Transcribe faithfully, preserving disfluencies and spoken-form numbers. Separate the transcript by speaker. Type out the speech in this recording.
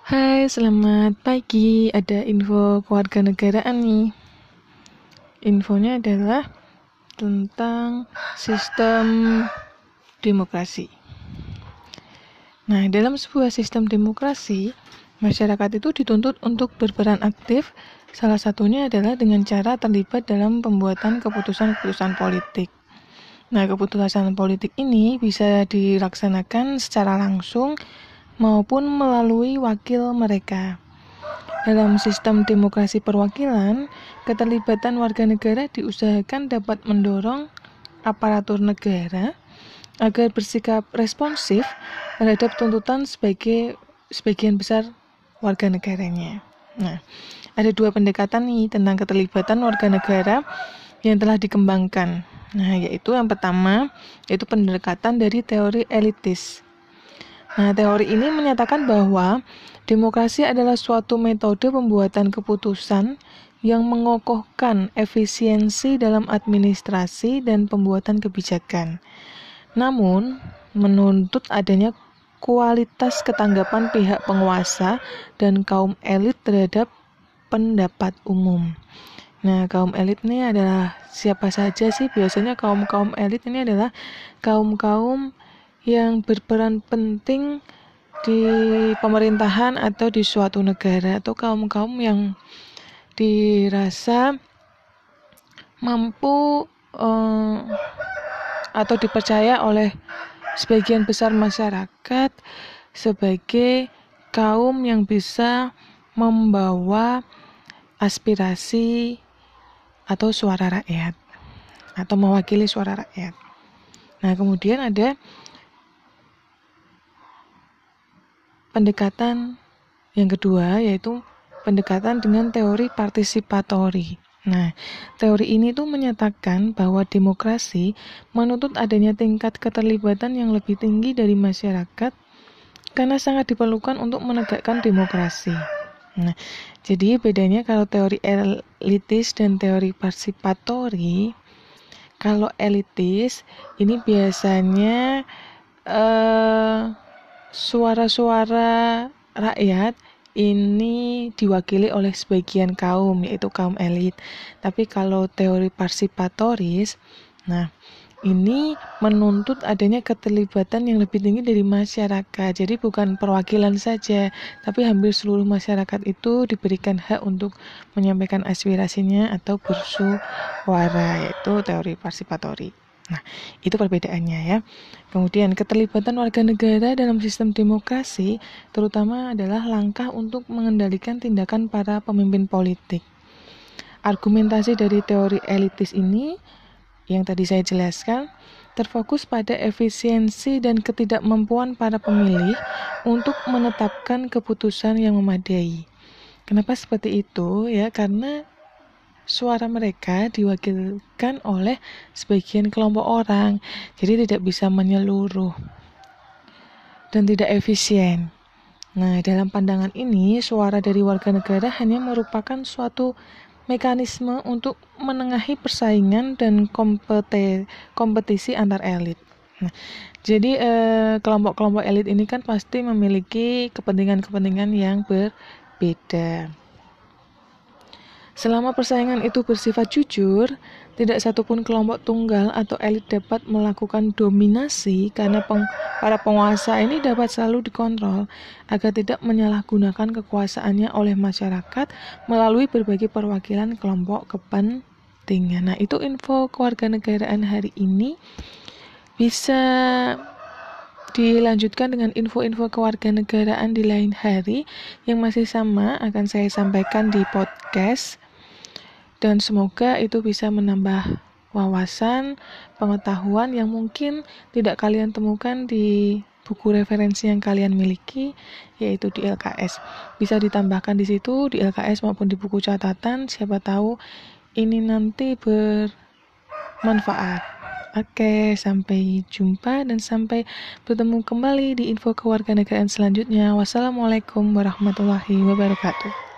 Speaker 1: Hai, selamat pagi. Ada info kewarganegaraan nih. Infonya adalah tentang sistem demokrasi. Nah, dalam sebuah sistem demokrasi, masyarakat itu dituntut untuk berperan aktif. Salah satunya adalah dengan cara terlibat dalam pembuatan keputusan-keputusan politik. Nah, keputusan politik ini bisa dilaksanakan secara langsung maupun melalui wakil mereka. Dalam sistem demokrasi perwakilan, keterlibatan warga negara diusahakan dapat mendorong aparatur negara agar bersikap responsif terhadap tuntutan sebagai sebagian besar warga negaranya. Nah, ada dua pendekatan nih tentang keterlibatan warga negara yang telah dikembangkan. Nah, yaitu yang pertama, yaitu pendekatan dari teori elitis. Nah, teori ini menyatakan bahwa demokrasi adalah suatu metode pembuatan keputusan yang mengokohkan efisiensi dalam administrasi dan pembuatan kebijakan. Namun, menuntut adanya kualitas ketanggapan pihak penguasa dan kaum elit terhadap pendapat umum. Nah, kaum elit ini adalah siapa saja sih? Biasanya kaum-kaum elit ini adalah kaum-kaum yang berperan penting di pemerintahan atau di suatu negara, atau kaum-kaum yang dirasa mampu eh, atau dipercaya oleh sebagian besar masyarakat sebagai kaum yang bisa membawa aspirasi atau suara rakyat atau mewakili suara rakyat. Nah, kemudian ada pendekatan yang kedua, yaitu pendekatan dengan teori partisipatori. Nah, teori ini tuh menyatakan bahwa demokrasi menuntut adanya tingkat keterlibatan yang lebih tinggi dari masyarakat karena sangat diperlukan untuk menegakkan demokrasi. Nah, jadi bedanya kalau teori elitis dan teori partisipatori, kalau elitis ini biasanya eh, suara-suara rakyat ini diwakili oleh sebagian kaum, yaitu kaum elit. Tapi kalau teori partisipatoris, nah ini menuntut adanya keterlibatan yang lebih tinggi dari masyarakat. Jadi bukan perwakilan saja, tapi hampir seluruh masyarakat itu diberikan hak untuk menyampaikan aspirasinya atau bersuara, yaitu teori partisipatori. Nah, itu perbedaannya ya. Kemudian keterlibatan warga negara dalam sistem demokrasi terutama adalah langkah untuk mengendalikan tindakan para pemimpin politik. Argumentasi dari teori elitis ini yang tadi saya jelaskan terfokus pada efisiensi dan ketidakmampuan para pemilih untuk menetapkan keputusan yang memadai. Kenapa seperti itu? Ya, karena suara mereka diwakilkan oleh sebagian kelompok orang, jadi tidak bisa menyeluruh dan tidak efisien. Nah, dalam pandangan ini, suara dari warga negara hanya merupakan suatu mekanisme untuk menengahi persaingan dan kompeti- kompetisi antar elit. Nah, jadi eh, kelompok-kelompok elit ini kan pasti memiliki kepentingan-kepentingan yang berbeda. Selama persaingan itu bersifat jujur, tidak satupun kelompok tunggal atau elit dapat melakukan dominasi karena peng, para penguasa ini dapat selalu dikontrol agar tidak menyalahgunakan kekuasaannya oleh masyarakat melalui berbagai perwakilan kelompok kepentingan. Nah, itu info kewarganegaraan hari ini. Bisa dilanjutkan dengan info-info kewarganegaraan di lain hari yang masih sama akan saya sampaikan di podcast. Dan semoga itu bisa menambah wawasan, pengetahuan yang mungkin tidak kalian temukan di buku referensi yang kalian miliki, yaitu di L K S. Bisa ditambahkan di situ, di L K S maupun di buku catatan, siapa tahu ini nanti bermanfaat. Oke, sampai jumpa dan sampai bertemu kembali di info kewarganegaraan selanjutnya. Wassalamualaikum warahmatullahi wabarakatuh.